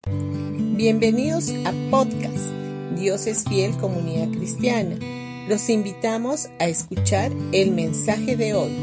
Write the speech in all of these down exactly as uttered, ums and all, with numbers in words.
Bienvenidos a podcast Dios es Fiel Comunidad Cristiana. Los invitamos a escuchar el mensaje de hoy.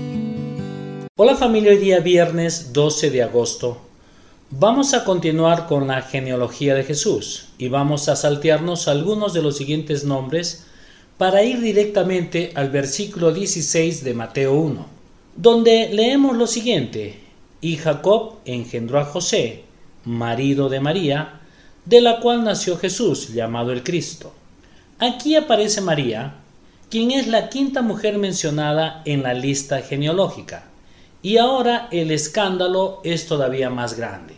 Hola familia, hoy día viernes doce de agosto. Vamos a continuar con la genealogía de Jesús y vamos a saltearnos algunos de los siguientes nombres para ir directamente al versículo dieciséis de Mateo uno, donde leemos lo siguiente: y Jacob engendró a José, marido de María, de la cual nació Jesús, llamado el Cristo. Aquí aparece María, quien es la quinta mujer mencionada en la lista genealógica, y ahora el escándalo es todavía más grande,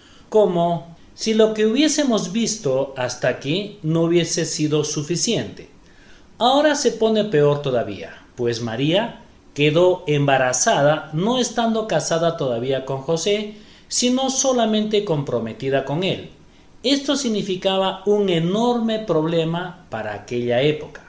como si lo que hubiésemos visto hasta aquí no hubiese sido suficiente. Ahora se pone peor todavía, pues María quedó embarazada no estando casada todavía con José, sino solamente comprometida con él. Esto significaba un enorme problema para aquella época.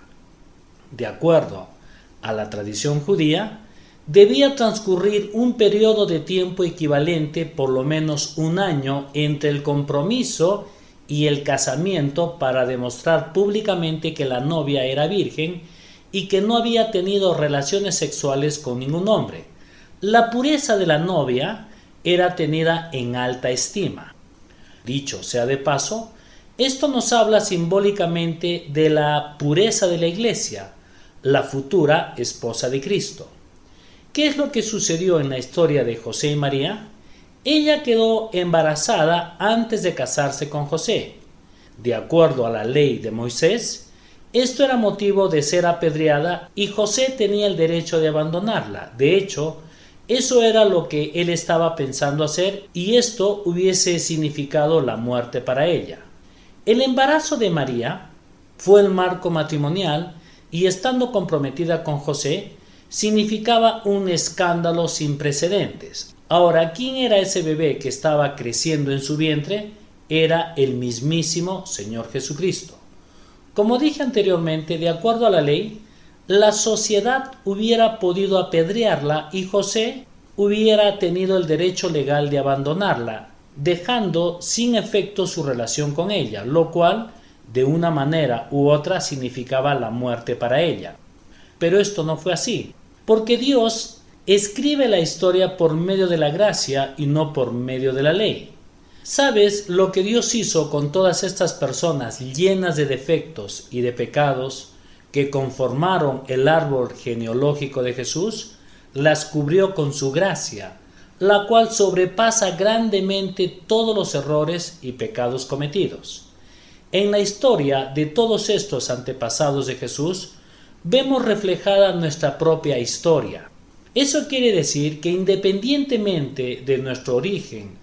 De acuerdo a la tradición judía, debía transcurrir un periodo de tiempo equivalente, por lo menos un año, entre el compromiso y el casamiento para demostrar públicamente que la novia era virgen y que no había tenido relaciones sexuales con ningún hombre. La pureza de la novia era tenida en alta estima. Dicho sea de paso, esto nos habla simbólicamente de la pureza de la Iglesia, la futura esposa de Cristo. ¿Qué es lo que sucedió en la historia de José y María? Ella quedó embarazada antes de casarse con José. De acuerdo a la ley de Moisés, esto era motivo de ser apedreada y José tenía el derecho de abandonarla. De hecho, eso era lo que él estaba pensando hacer y esto hubiese significado la muerte para ella. El embarazo de María fue el marco matrimonial y estando comprometida con José significaba un escándalo sin precedentes. Ahora, ¿quién era ese bebé que estaba creciendo en su vientre? Era el mismísimo Señor Jesucristo. Como dije anteriormente, de acuerdo a la ley, la sociedad hubiera podido apedrearla y José hubiera tenido el derecho legal de abandonarla, dejando sin efecto su relación con ella, lo cual, de una manera u otra, significaba la muerte para ella. Pero esto no fue así, porque Dios escribe la historia por medio de la gracia y no por medio de la ley. ¿Sabes lo que Dios hizo con todas estas personas llenas de defectos y de pecados que conformaron el árbol genealógico de Jesús? Las cubrió con su gracia, la cual sobrepasa grandemente todos los errores y pecados cometidos. En la historia de todos estos antepasados de Jesús, vemos reflejada nuestra propia historia. Eso quiere decir que independientemente de nuestro origen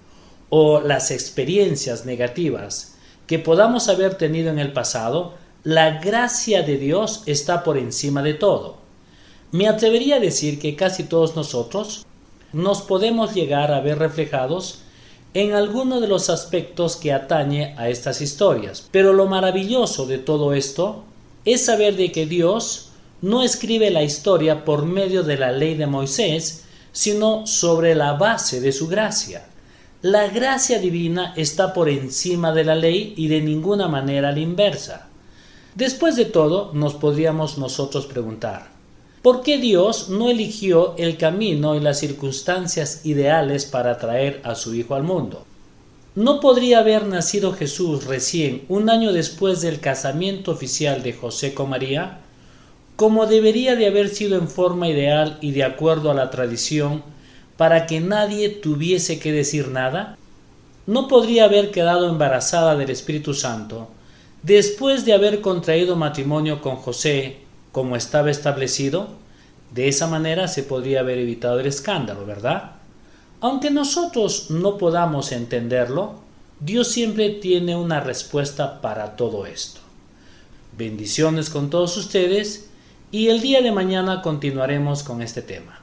o las experiencias negativas que podamos haber tenido en el pasado, la gracia de Dios está por encima de todo. Me atrevería a decir que casi todos nosotros nos podemos llegar a ver reflejados en alguno de los aspectos que atañe a estas historias. Pero lo maravilloso de todo esto es saber de que Dios no escribe la historia por medio de la ley de Moisés, sino sobre la base de su gracia. La gracia divina está por encima de la ley y de ninguna manera la inversa. Después de todo, nos podríamos nosotros preguntar, ¿por qué Dios no eligió el camino y las circunstancias ideales para traer a su Hijo al mundo? ¿No podría haber nacido Jesús recién un año después del casamiento oficial de José con María, como debería de haber sido en forma ideal y de acuerdo a la tradición, para que nadie tuviese que decir nada? ¿No podría haber quedado embarazada del Espíritu Santo después de haber contraído matrimonio con José, como estaba establecido? De esa manera se podría haber evitado el escándalo, ¿verdad? Aunque nosotros no podamos entenderlo, Dios siempre tiene una respuesta para todo esto. Bendiciones con todos ustedes y el día de mañana continuaremos con este tema.